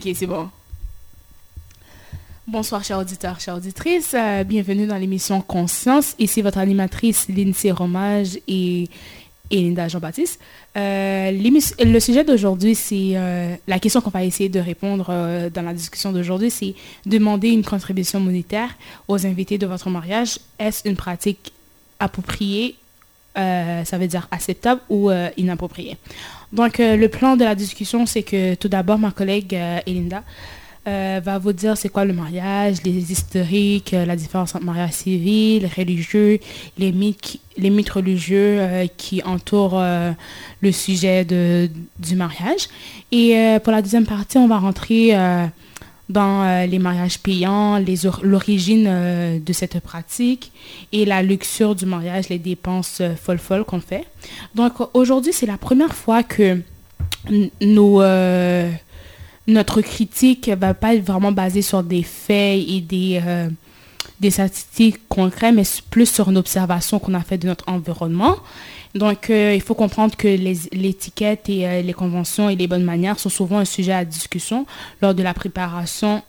Ok, c'est bon. Bonsoir, chers auditeurs, chères auditrices. Bienvenue dans l'émission Conscience. Ici, votre animatrice, Lindsay Romage et Linda Jean-Baptiste. Le sujet d'aujourd'hui, c'est la question qu'on va essayer de répondre dans la discussion d'aujourd'hui, c'est demander une contribution monétaire aux invités de votre mariage. Est-ce une pratique appropriée, ça veut dire acceptable ou inappropriée? Donc, le plan de la discussion, c'est que tout d'abord, ma collègue Elinda va vous dire c'est quoi le mariage, les historiques, la différence entre mariage civil, religieux, les mythes religieux qui entourent le sujet du mariage. Et pour la deuxième partie, on va rentrer dans les mariages payants, l'origine de cette pratique et la luxure du mariage, les dépenses folles qu'on fait. Donc aujourd'hui, c'est la première fois que notre critique ne va pas être vraiment basée sur des faits et des statistiques concrètes, mais plus sur une observation qu'on a fait de notre environnement. Donc, il faut comprendre que l'étiquette et les conventions et les bonnes manières sont souvent un sujet à discussion lors de la préparation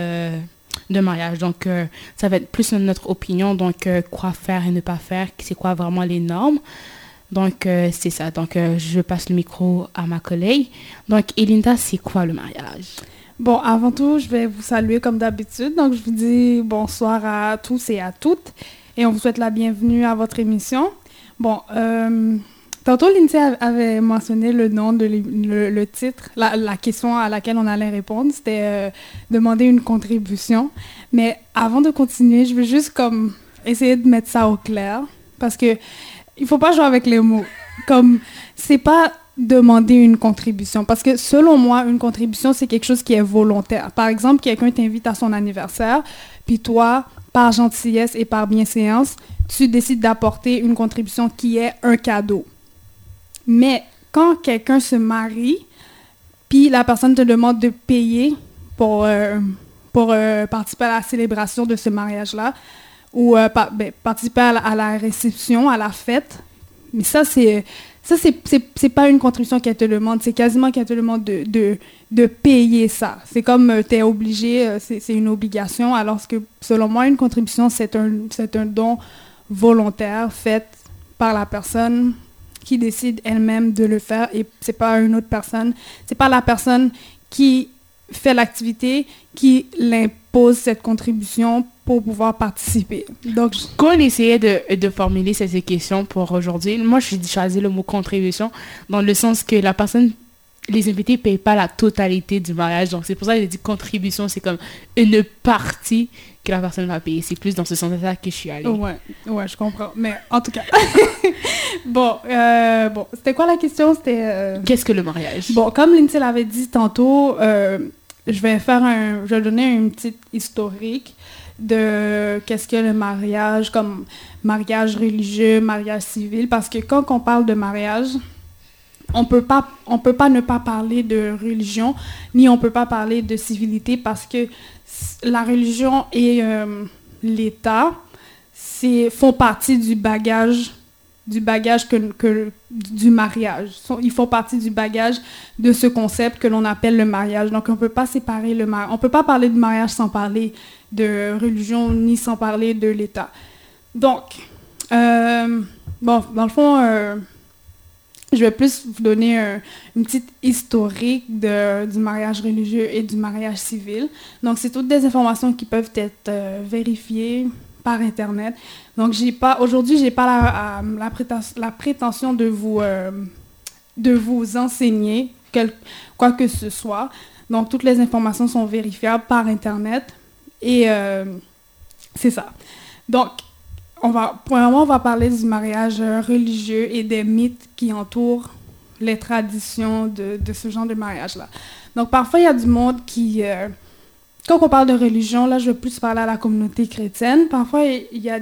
de mariage. Donc, ça va être plus notre opinion, donc quoi faire et ne pas faire, c'est quoi vraiment les normes. Donc, c'est ça. Donc, je passe le micro à ma collègue. Donc, Elinda, c'est quoi le mariage? Bon, avant tout, je vais vous saluer comme d'habitude. Donc, je vous dis bonsoir à tous et à toutes. Et on vous souhaite la bienvenue à votre émission. Bon, tantôt, Lindsay avait mentionné le nom, le titre, la question à laquelle on allait répondre. C'était demander une contribution. Mais avant de continuer, je veux juste comme essayer de mettre ça au clair. Parce que il faut pas jouer avec les mots. Comme, c'est pas demander une contribution. Parce que selon moi, une contribution, c'est quelque chose qui est volontaire. Par exemple, quelqu'un t'invite à son anniversaire, puis toi, par gentillesse et par bienséance, tu décides d'apporter une contribution qui est un cadeau. Mais quand quelqu'un se marie, puis la personne te demande de payer pour participer à la célébration de ce mariage-là, ou participer à la réception, à la fête. Mais ça, c'est pas une contribution qu'elle te demande. C'est quasiment qu'elle te demande de payer ça. C'est comme tu es obligé, c'est une obligation, alors que selon moi, une contribution, c'est un don volontaire fait par la personne qui décide elle-même de le faire et c'est pas une autre personne. C'est pas la personne qui fait l'activité qui l'impose cette contribution pour pouvoir participer. Donc, quand on essayait de formuler cette question pour aujourd'hui, moi, j'ai choisi le mot contribution dans le sens que les invités ne payent pas la totalité du mariage. Donc, c'est pour ça que j'ai dit contribution, c'est comme une partie que la personne va payer. C'est plus dans ce sens-là que je suis allée. Ouais, je comprends. Mais en tout cas, bon, c'était quoi la question? C'était... Qu'est-ce que le mariage? Bon, comme Lindsay l'avait dit tantôt, je vais donner une petite historique de qu'est-ce que le mariage, comme mariage religieux, mariage civil, parce que quand on parle de mariage, on peut pas ne pas parler de religion, ni on peut pas parler de civilité, parce que la religion et l'État font partie du bagage du mariage. Ils font partie du bagage de ce concept que l'on appelle le mariage. Donc, on ne peut pas séparer le mariage. On ne peut pas parler de mariage sans parler de religion, ni sans parler de l'État. Donc, bon, dans le fond, je vais plus vous donner une petite historique du mariage religieux et du mariage civil. Donc, c'est toutes des informations qui peuvent être vérifiées par Internet. Donc, aujourd'hui, j'ai pas la prétention de vous enseigner quoi que ce soit. Donc, toutes les informations sont vérifiables par Internet. Et c'est ça. Donc, premièrement, on va parler du mariage religieux et des mythes qui entourent les traditions de ce genre de mariage-là. Donc, parfois, il y a du monde qui... quand on parle de religion, là, je vais plus parler à la communauté chrétienne. Parfois, il y a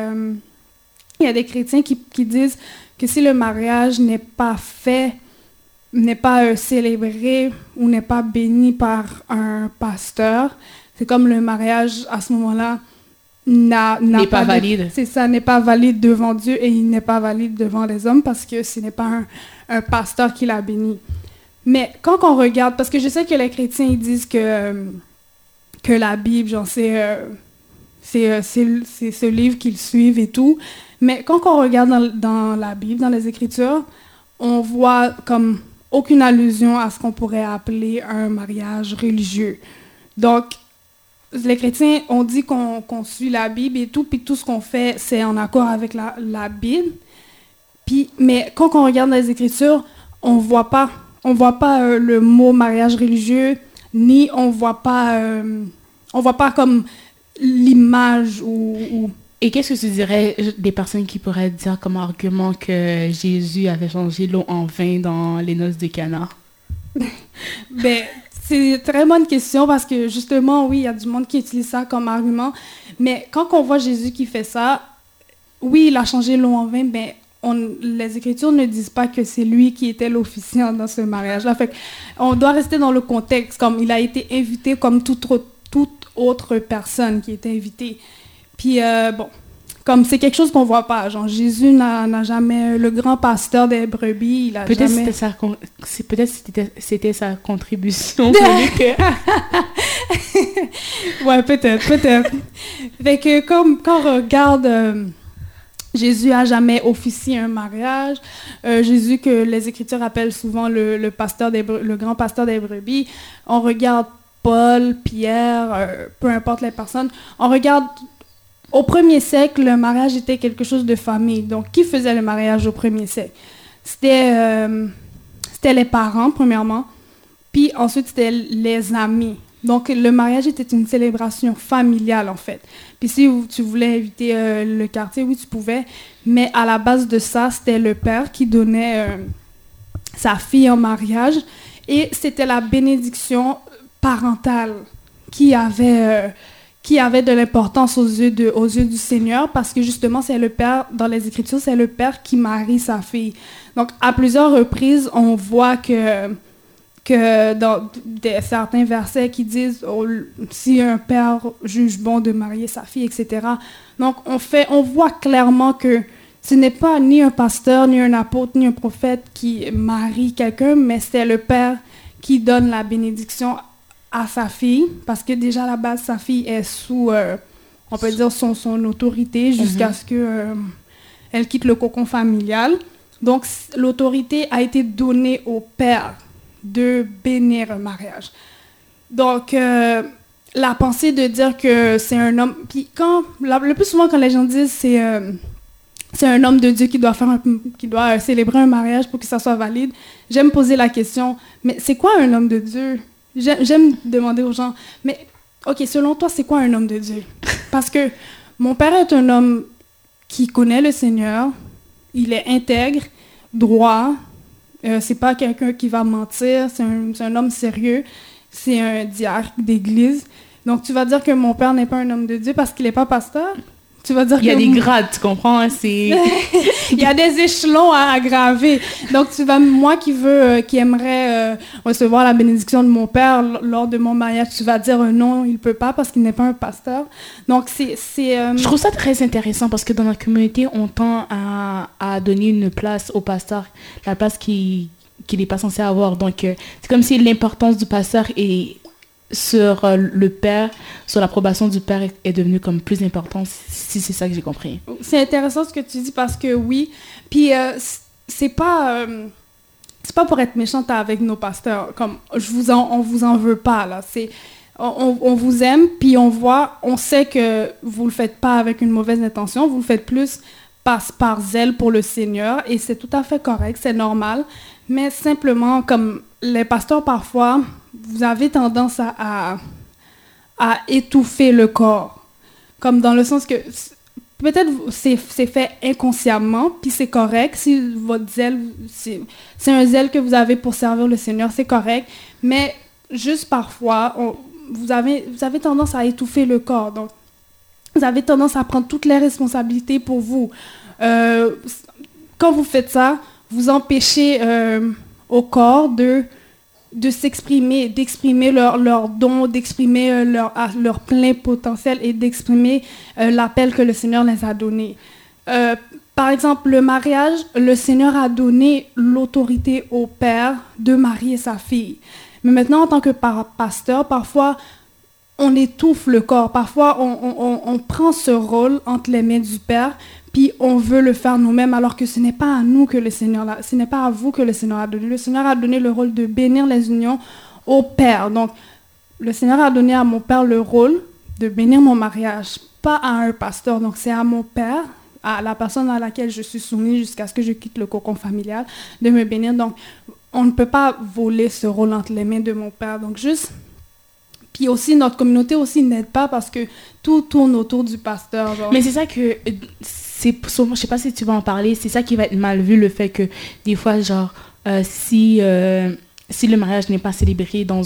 des chrétiens qui disent que si le mariage n'est pas fait, n'est pas célébré ou n'est pas béni par un pasteur, c'est comme le mariage, à ce moment-là, n'est pas valide. C'est ça, n'est pas valide devant Dieu et il n'est pas valide devant les hommes parce que ce n'est pas un pasteur qui l'a béni. Mais quand on regarde, parce que je sais que les chrétiens, ils disent que la Bible, genre, c'est ce livre qu'ils suivent et tout. Mais quand on regarde dans la Bible, dans les Écritures, on voit comme aucune allusion à ce qu'on pourrait appeler un mariage religieux. Donc, les chrétiens ont dit qu'on suit la Bible et tout, puis tout ce qu'on fait, c'est en accord avec la Bible. Mais quand on regarde dans les Écritures, on voit pas le mot mariage religieux, ni on voit pas comme l'image ou... Et qu'est-ce que tu dirais des personnes qui pourraient dire comme argument que Jésus avait changé l'eau en vin dans les noces de Cana? Ben, c'est une très bonne question parce que justement, oui, il y a du monde qui utilise ça comme argument. Mais quand on voit Jésus qui fait ça, oui, il a changé l'eau en vin, mais les Écritures ne disent pas que c'est lui qui était l'officiant dans ce mariage-là. Fait on doit rester dans le contexte, comme il a été invité comme toute autre personne qui était invitée. Puis, bon, comme c'est quelque chose qu'on voit pas. Genre, Jésus n'a jamais... Le grand pasteur des brebis, il a peut-être jamais... C'était sa contribution. Ouais, peut-être. Fait que quand on regarde... Jésus a jamais officié un mariage. Jésus, que les Écritures appellent souvent le grand pasteur des brebis. On regarde Paul, Pierre, peu importe les personnes. On regarde... Au 1er siècle, le mariage était quelque chose de famille. Donc, qui faisait le mariage au 1er siècle? C'était les parents, premièrement. Puis ensuite, c'était les amis. Donc, le mariage était une célébration familiale, en fait. Puis si tu voulais inviter le quartier, oui, tu pouvais. Mais à la base de ça, c'était le père qui donnait sa fille en mariage. Et c'était la bénédiction parentale qui avait de l'importance aux yeux du Seigneur, parce que justement, c'est le père, dans les Écritures, c'est le père qui marie sa fille. Donc, à plusieurs reprises, on voit que dans certains versets qui disent si un père juge bon de marier sa fille, etc. Donc, on voit clairement que ce n'est pas ni un pasteur, ni un apôtre, ni un prophète qui marie quelqu'un, mais c'est le père qui donne la bénédiction à sa fille, parce que déjà à la base, sa fille est sous, on peut dire, son autorité jusqu'à ce qu'elle quitte le cocon familial. Donc, l'autorité a été donnée au père de bénir un mariage. Donc, la pensée de dire que c'est un homme... Puis le plus souvent, quand les gens disent c'est un homme de Dieu qui doit célébrer un mariage pour que ça soit valide, j'aime poser la question, mais c'est quoi un homme de Dieu? J'aime demander aux gens, mais ok, selon toi, c'est quoi un homme de Dieu? Parce que mon père est un homme qui connaît le Seigneur, il est intègre, droit, c'est pas quelqu'un qui va mentir, c'est un homme sérieux, c'est un diacre d'église. Donc tu vas dire que mon père n'est pas un homme de Dieu parce qu'il n'est pas pasteur? Tu vas dire il y a des grades, tu comprends? Hein, il y a des échelons à graver. Donc, moi qui aimerais recevoir la bénédiction de mon père lors de mon mariage, tu vas dire non, il ne peut pas parce qu'il n'est pas un pasteur. Donc, Je trouve ça très intéressant parce que dans notre communauté, on tend à donner une place au pasteur, la place qu'il n'est pas censé avoir. Donc, c'est comme si l'importance du pasteur sur le père, sur l'approbation du père est devenue comme plus importante, si c'est ça que j'ai compris. C'est intéressant ce que tu dis parce que oui, puis c'est pas pour être méchante avec nos pasteurs, comme on vous en veut pas là, on vous aime, puis on sait que vous le faites pas avec une mauvaise intention, vous le faites plus par zèle pour le Seigneur, et c'est tout à fait correct, c'est normal, mais simplement comme les pasteurs parfois, vous avez tendance à étouffer le corps. Comme dans le sens que peut-être c'est fait inconsciemment, puis c'est correct. Si votre zèle, c'est un zèle que vous avez pour servir le Seigneur, c'est correct. Mais juste parfois, vous avez tendance à étouffer le corps. Donc, vous avez tendance à prendre toutes les responsabilités pour vous. Quand vous faites ça, vous empêchez au corps de s'exprimer, d'exprimer leurs dons, d'exprimer leur plein potentiel et d'exprimer l'appel que le Seigneur les a donné. par exemple, le mariage, le Seigneur a donné l'autorité au père de marier sa fille. Mais maintenant, en tant que pasteur, parfois, on étouffe le corps. Parfois, on prend ce rôle entre les mains du père, puis on veut le faire nous-mêmes, alors que ce n'est pas à nous que le Seigneur ce n'est pas à vous que le Seigneur a donné. Le Seigneur a donné le rôle de bénir les unions au père. Donc, le Seigneur a donné à mon père le rôle de bénir mon mariage, pas à un pasteur. Donc, c'est à mon père, à la personne à laquelle je suis soumise jusqu'à ce que je quitte le cocon familial, de me bénir. Donc, on ne peut pas voler ce rôle entre les mains de mon père. Donc, juste... Puis aussi, notre communauté aussi n'aide pas parce que tout tourne autour du pasteur. Genre. Mais c'est ça que... c'est souvent, je sais pas si tu vas en parler, c'est ça qui va être mal vu, le fait que des fois, genre, si le mariage n'est pas célébré dans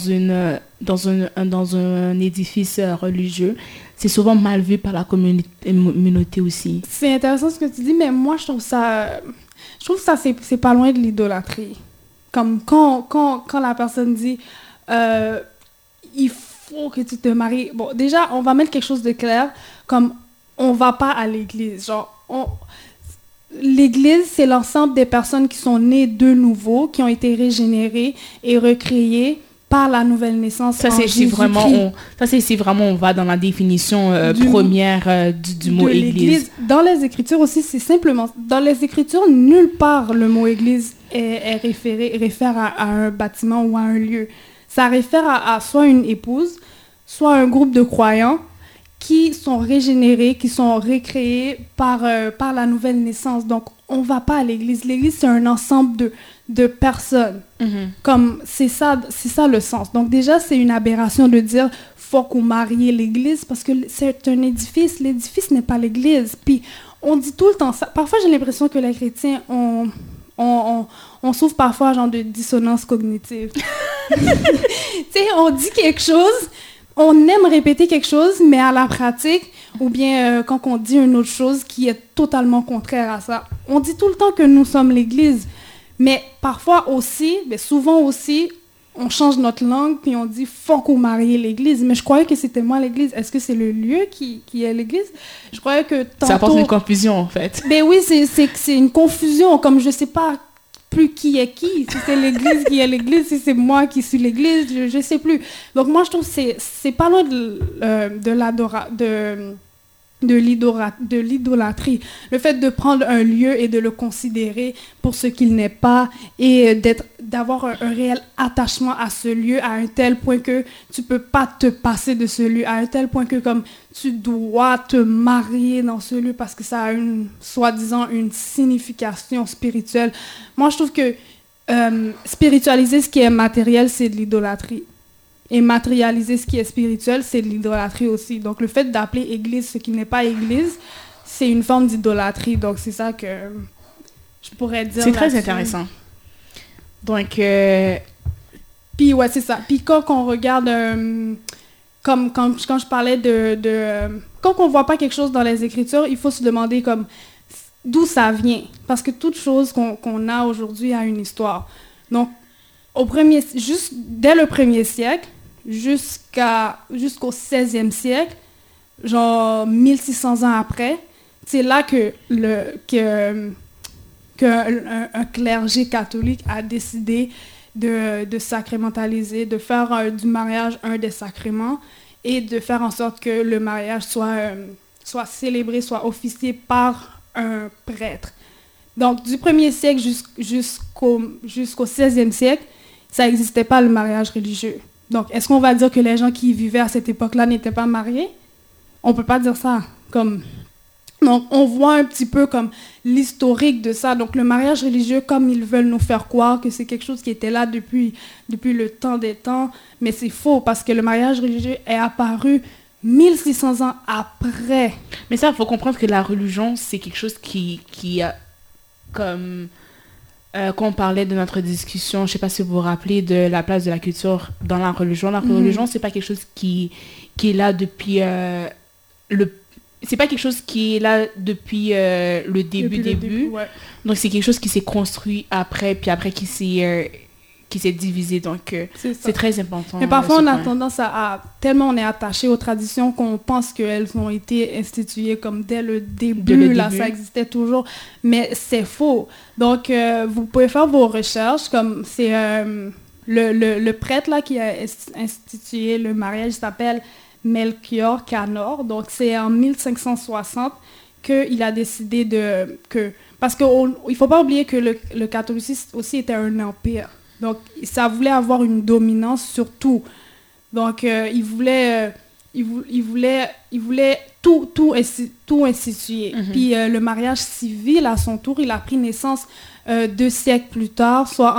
un édifice religieux, c'est souvent mal vu par la communauté aussi. C'est intéressant ce que tu dis, mais moi, je trouve ça c'est pas loin de l'idolâtrie. Comme quand la personne dit, il faut que tu te maries. Bon, déjà, on va mettre quelque chose de clair, comme on va pas à l'église. Genre, l'église, c'est l'ensemble des personnes qui sont nées de nouveau, qui ont été régénérées et recréées par la nouvelle naissance. Ça, c'est si vraiment on va dans la définition première du mot église. Dans les Écritures aussi, c'est simplement... Dans les Écritures, nulle part le mot église réfère à un bâtiment ou à un lieu. Ça réfère à soit une épouse, soit un groupe de croyants qui sont régénérés, qui sont recréés par la nouvelle naissance. Donc, on ne va pas à l'église. L'église, c'est un ensemble de personnes. Mm-hmm. Comme, c'est ça le sens. Donc, déjà, c'est une aberration de dire « faut qu'on marie l'église » parce que c'est un édifice. L'édifice n'est pas l'église. Puis, on dit tout le temps ça. Parfois, j'ai l'impression que les chrétiens on souffre parfois genre de dissonance cognitive. Tu sais, on dit quelque chose, on aime répéter quelque chose, mais à la pratique, ou bien quand on dit une autre chose qui est totalement contraire à ça, on dit tout le temps que nous sommes l'Église. Mais parfois aussi, mais souvent aussi, on change notre langue, puis on dit « faut qu'on marie l'Église ». Mais je croyais que c'était moi l'Église. Est-ce que c'est le lieu qui est l'Église? Je croyais que tantôt... Ça apporte une confusion, en fait. Mais oui, c'est une confusion, comme je sais pas plus qui est qui, si c'est l'Église qui est l'Église, si c'est moi qui suis l'Église, je sais plus. Donc moi, je trouve que c'est pas loin de l'idolâtrie. Le fait de prendre un lieu et de le considérer pour ce qu'il n'est pas et d'avoir un réel attachement à ce lieu à un tel point que tu peux pas te passer de ce lieu, à un tel point que comme tu dois te marier dans ce lieu parce que ça a soi-disant une signification spirituelle. Moi, je trouve que spiritualiser ce qui est matériel, c'est de l'idolâtrie. Et matérialiser ce qui est spirituel, c'est de l'idolâtrie aussi. Donc, le fait d'appeler église ce qui n'est pas église, c'est une forme d'idolâtrie. Donc, c'est ça que je pourrais dire. C'est très intéressant. Donc, puis, ouais, c'est ça. Puis, quand on regarde, comme quand je parlais quand on ne voit pas quelque chose dans les Écritures, il faut se demander comme d'où ça vient. Parce que toute chose qu'on a aujourd'hui a une histoire. Donc, dès le 1er siècle, jusqu'au 16e siècle, genre 1600 ans après, c'est là qu'un clergé catholique a décidé de sacramentaliser, de faire du mariage un des sacrements et de faire en sorte que le mariage soit célébré, soit officié par un prêtre. Donc, du 1er siècle jusqu'au 16e siècle, ça n'existait pas le mariage religieux. Donc, est-ce qu'on va dire que les gens qui vivaient à cette époque-là n'étaient pas mariés? On ne peut pas dire ça. Donc, on voit un petit peu comme l'historique de ça. Donc, le mariage religieux, comme ils veulent nous faire croire que c'est quelque chose qui était là depuis le temps des temps, mais c'est faux parce que le mariage religieux est apparu 1600 ans après. Mais ça, il faut comprendre que la religion, c'est quelque chose qui a comme... quand on parlait de notre discussion, je ne sais pas si vous vous rappelez de la place de la culture dans la religion. La religion, ce n'est pas quelque chose qui est là depuis c'est pas quelque chose qui est là depuis le début. Ouais. Donc, c'est quelque chose qui s'est construit après, puis après qui qui s'est divisé. Donc, c'est très important. Mais parfois, on a tendance tellement on est attaché aux traditions qu'on pense qu'elles ont été instituées comme dès le début, là, ça existait toujours. Mais c'est faux. Donc, vous pouvez faire vos recherches, comme c'est le prêtre là, qui a institué le mariage, il s'appelle Melchior Canor. Donc, c'est en 1560 qu'il a décidé parce qu'il ne faut pas oublier que le catholicisme aussi était un empire. Donc, ça voulait avoir une dominance sur tout. Donc, il voulait tout instituer. Mm-hmm. Puis, le mariage civil, à son tour, il a pris naissance 2 siècles plus tard, soit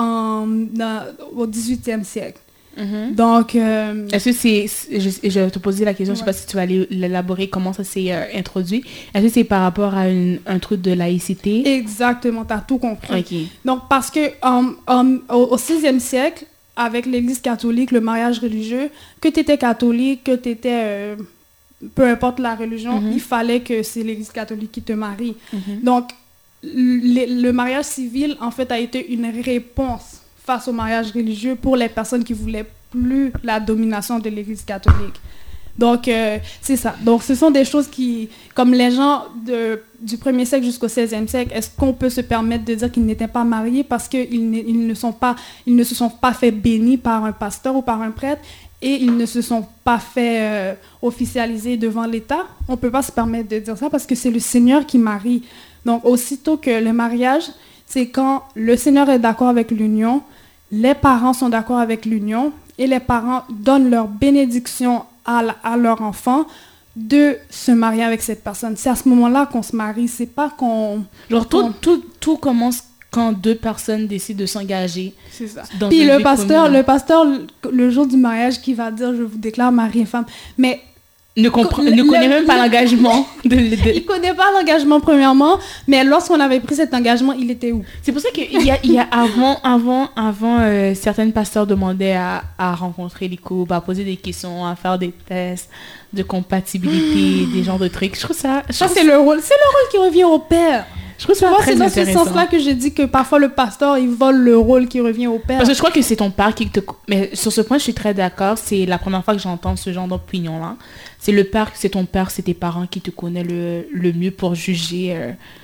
au 18e siècle. Mm-hmm. Donc, est-ce que je vais te poser la question, je ne sais pas si tu vas l'élaborer, comment ça s'est introduit. Est-ce que c'est par rapport à un truc de laïcité? Exactement, tu as tout compris. Okay. Donc, parce que au 6e siècle, avec l'Église catholique, le mariage religieux, que tu étais catholique, que tu étais... peu importe la religion, mm-hmm. il fallait que c'est l'Église catholique qui te marie. Mm-hmm. Donc, le mariage civil, en fait, a été une réponse face au mariage religieux pour les personnes qui voulaient plus la domination de l'Église catholique. Donc, c'est ça. Donc, ce sont des choses qui, comme les gens du 1er siècle jusqu'au 16e siècle, est-ce qu'on peut se permettre de dire qu'ils n'étaient pas mariés parce qu'ils ne se sont pas fait bénis par un pasteur ou par un prêtre et ils ne se sont pas fait officialiser devant l'État? On ne peut pas se permettre de dire ça parce que c'est le Seigneur qui marie. Donc, aussitôt que le mariage, c'est quand le Seigneur est d'accord avec l'union, les parents sont d'accord avec l'union et les parents donnent leur bénédiction à leur enfant de se marier avec cette personne. C'est à ce moment-là qu'on se marie, c'est pas qu'on... Genre, tout commence quand 2 personnes décident de s'engager. C'est ça. Puis le pasteur, le jour du mariage, qui va dire « Je vous déclare mari et femme », mais... ne connaît même pas l'engagement. Il connaît pas l'engagement, premièrement, mais lorsqu'on avait pris cet engagement, il était où? C'est pour ça qu'il y a avant certains pasteurs demandaient à rencontrer les couples, à poser des questions, à faire des tests de compatibilité, des genres de trucs. Je trouve ça... c'est le rôle qui revient au père. Je trouve ça très intéressant. C'est dans ce sens-là que j'ai dit que parfois le pasteur, il vole le rôle qui revient au père. Parce que je crois que c'est ton père qui te... Mais sur ce point, je suis très d'accord. C'est la première fois que j'entends ce genre d'opinion-là. C'est ton père, c'est tes parents qui te connaissent le mieux pour juger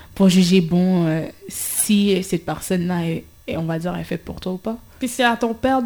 si cette personne-là on va dire, est faite pour toi ou pas. Puis c'est à ton père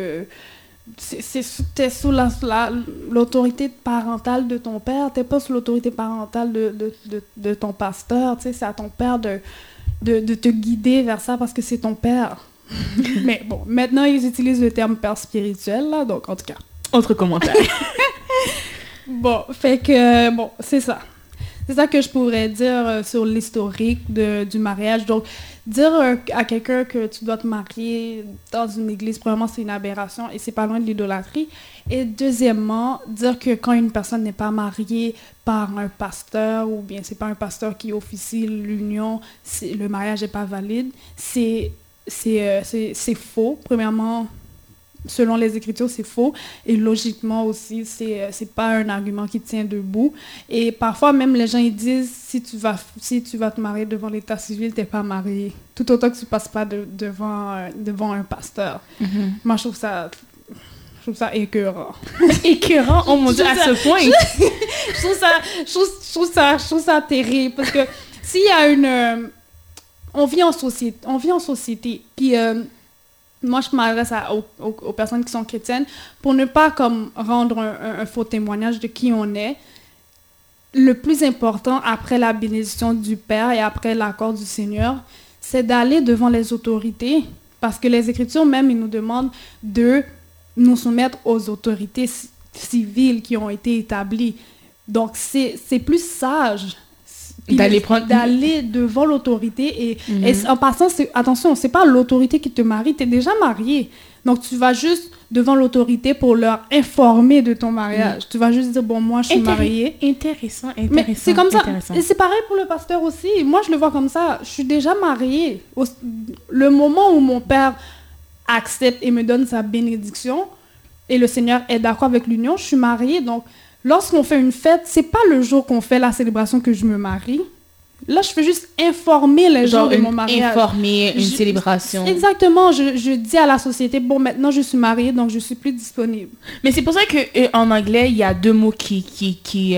t'es sous l'autorité parentale de ton père, t'es pas sous l'autorité parentale de ton pasteur, tu sais, c'est à ton père de te guider vers ça parce que c'est ton père. Mais bon, maintenant ils utilisent le terme père spirituel, là, donc en tout cas. Autre commentaire. Bon, c'est ça. C'est ça que je pourrais dire sur l'historique du mariage. Donc, dire à quelqu'un que tu dois te marier dans une église, premièrement, c'est une aberration et c'est pas loin de l'idolâtrie. Et deuxièmement, dire que quand une personne n'est pas mariée par un pasteur ou bien c'est pas un pasteur qui officie l'union, le mariage n'est pas valide, c'est faux. Premièrement, selon les Écritures, c'est faux. Et logiquement aussi, c'est pas un argument qui tient debout. Et parfois, même les gens, ils disent, si tu vas te marier devant l'état civil, t'es pas marié. Tout autant que tu passes pas devant un pasteur. Mm-hmm. Moi, je trouve ça écœurant. Écœurant? Oh mon Dieu, à ce point! je trouve ça terrible. Parce que s'il y a on vit en société. Puis... moi, je m'adresse aux personnes qui sont chrétiennes pour ne pas comme rendre un faux témoignage de qui on est. Le plus important, après la bénédiction du Père et après l'accord du Seigneur, c'est d'aller devant les autorités, parce que les Écritures même, ils nous demandent de nous soumettre aux autorités civiles qui ont été établies. Donc, c'est plus sage d'aller devant l'autorité et en passant, attention, c'est pas l'autorité qui te marie, tu es déjà marié. Donc, tu vas juste devant l'autorité pour leur informer de ton mariage. Tu vas juste dire, bon, moi, je suis mariée. Intéressant. Mais c'est comme ça. Et c'est pareil pour le pasteur aussi. Moi, je le vois comme ça. Je suis déjà mariée. Le moment où mon père accepte et me donne sa bénédiction et le Seigneur est d'accord avec l'union, je suis mariée. Donc, lorsqu'on fait une fête, c'est pas le jour qu'on fait la célébration que je me marie. Là, je fais juste informer les gens Genre de mon mariage. informer, une célébration. Exactement. Je dis à la société, bon, maintenant, je suis mariée, donc je suis plus disponible. Mais c'est pour ça que en anglais, il y a deux mots qui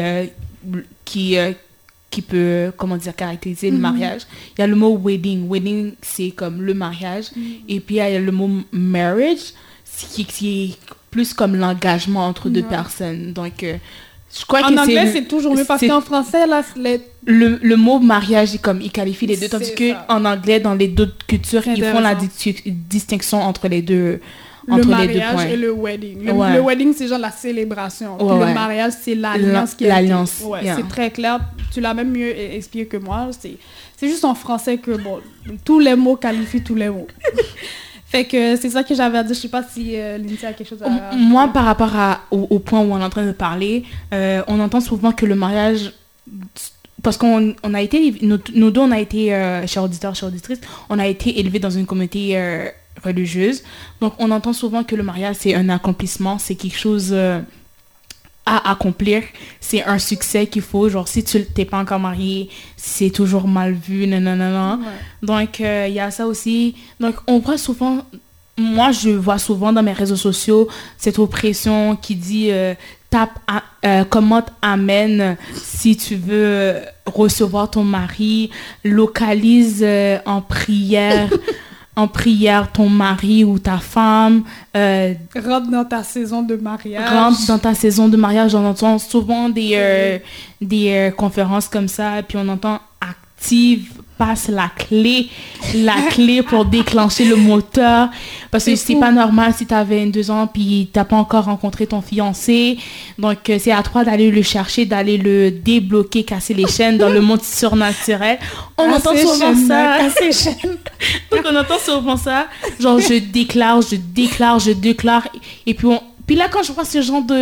peut, comment dire, caractériser le mariage. Il y a le mot wedding. Wedding, c'est comme le mariage. Et puis, il y a le mot marriage, qui est plus comme l'engagement entre deux personnes. Donc, je crois En anglais, c'est toujours mieux parce qu'en français, là, le mot mariage, il qualifie les deux. Tandis qu'en anglais, dans les deux cultures, ils font la distinction entre les deux. Le mariage et le wedding. Le wedding, c'est genre la célébration. Puis le mariage, c'est l'alliance. L'alliance. C'est très clair. Tu l'as même mieux expliqué que moi. C'est juste en français que, bon, tous les mots qualifient tous les mots. Fait que c'est ça que j'avais à dire. Je sais pas si Lindsay a quelque chose à... Moi, par rapport au point où on est en train de parler, on entend souvent que le mariage... Parce qu'on a été... Nous deux, on a été, chers auditeurs, chères auditrices, on a été élevés dans une communauté religieuse. Donc, on entend souvent que le mariage, c'est un accomplissement, c'est quelque chose à accomplir. C'est un succès qu'il faut. Genre, si tu t'es pas encore marié, c'est toujours mal vu, nanana. Ouais. Donc, il y a ça aussi. Donc, on voit souvent... Moi, je vois souvent dans mes réseaux sociaux cette oppression qui dit commente Amen si tu veux recevoir ton mari, localise en prière ton mari ou ta femme. Rentre dans ta saison de mariage. On entend souvent des conférences comme ça, puis on entend active, passe la clé pour déclencher le moteur. Parce que c'est pas normal si tu as 22 ans puis t'as pas encore rencontré ton fiancé. Donc, c'est à toi d'aller le chercher, d'aller le débloquer, casser les chaînes dans le monde surnaturel. On entend souvent ça. Donc, on entend souvent ça. Genre, je déclare. Et puis là, quand je vois ce genre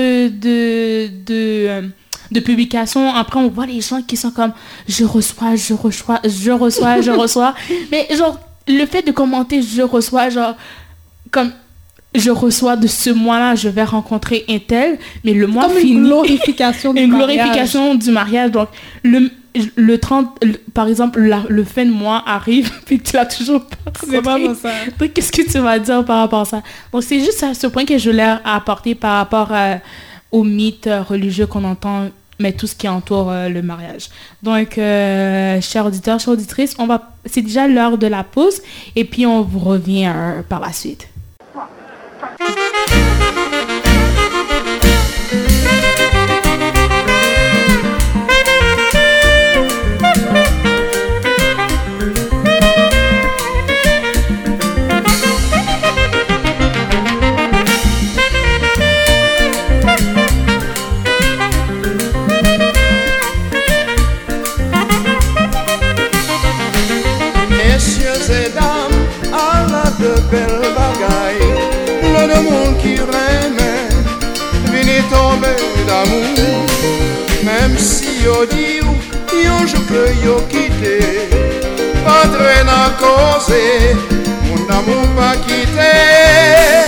de publication, après on voit les gens qui sont comme je reçois. Mais genre, le fait de commenter je reçois, genre, comme je reçois de ce mois-là, je vais rencontrer un tel, mais le mois comme fini. Une glorification du mariage. Donc, le 30, par exemple, le fin de mois arrive, puis tu l'as toujours pas rencontré. C'est pas ça. Donc, qu'est-ce que tu vas dire par rapport à ça? Donc, c'est juste à ce point que je voulais apporter par rapport aux mythes religieux qu'on entend, mais tout ce qui entoure le mariage. Donc, chers auditeurs, chères auditrices, c'est déjà l'heure de la pause, et puis on vous revient par la suite. Belle bagaille, le monde qui remet, vini tomber d'amour. Même si yo dit yo je peux yo quitter, pas traîner à causer, mon amour pas quitter.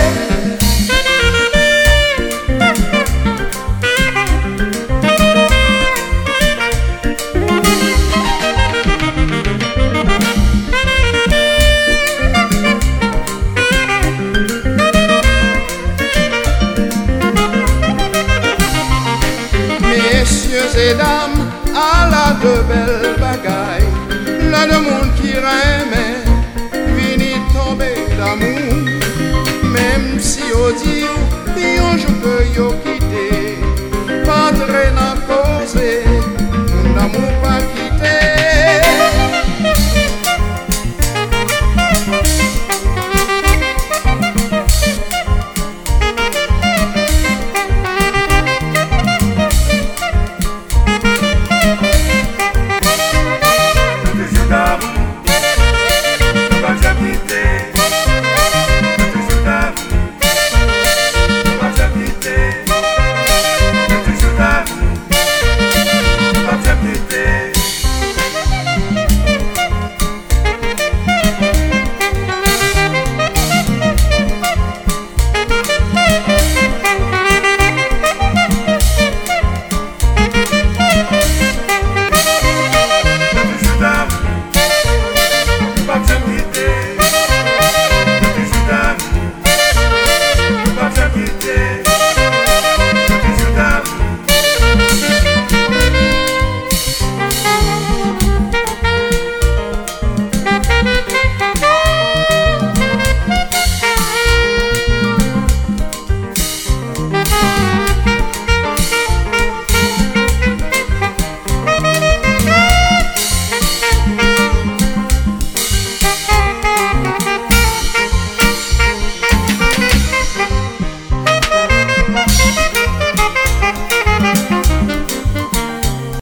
Et dames, à la de belles bagailles, là de monde qui remet, vini tomber d'amour. Même si on dit, yo je peux yo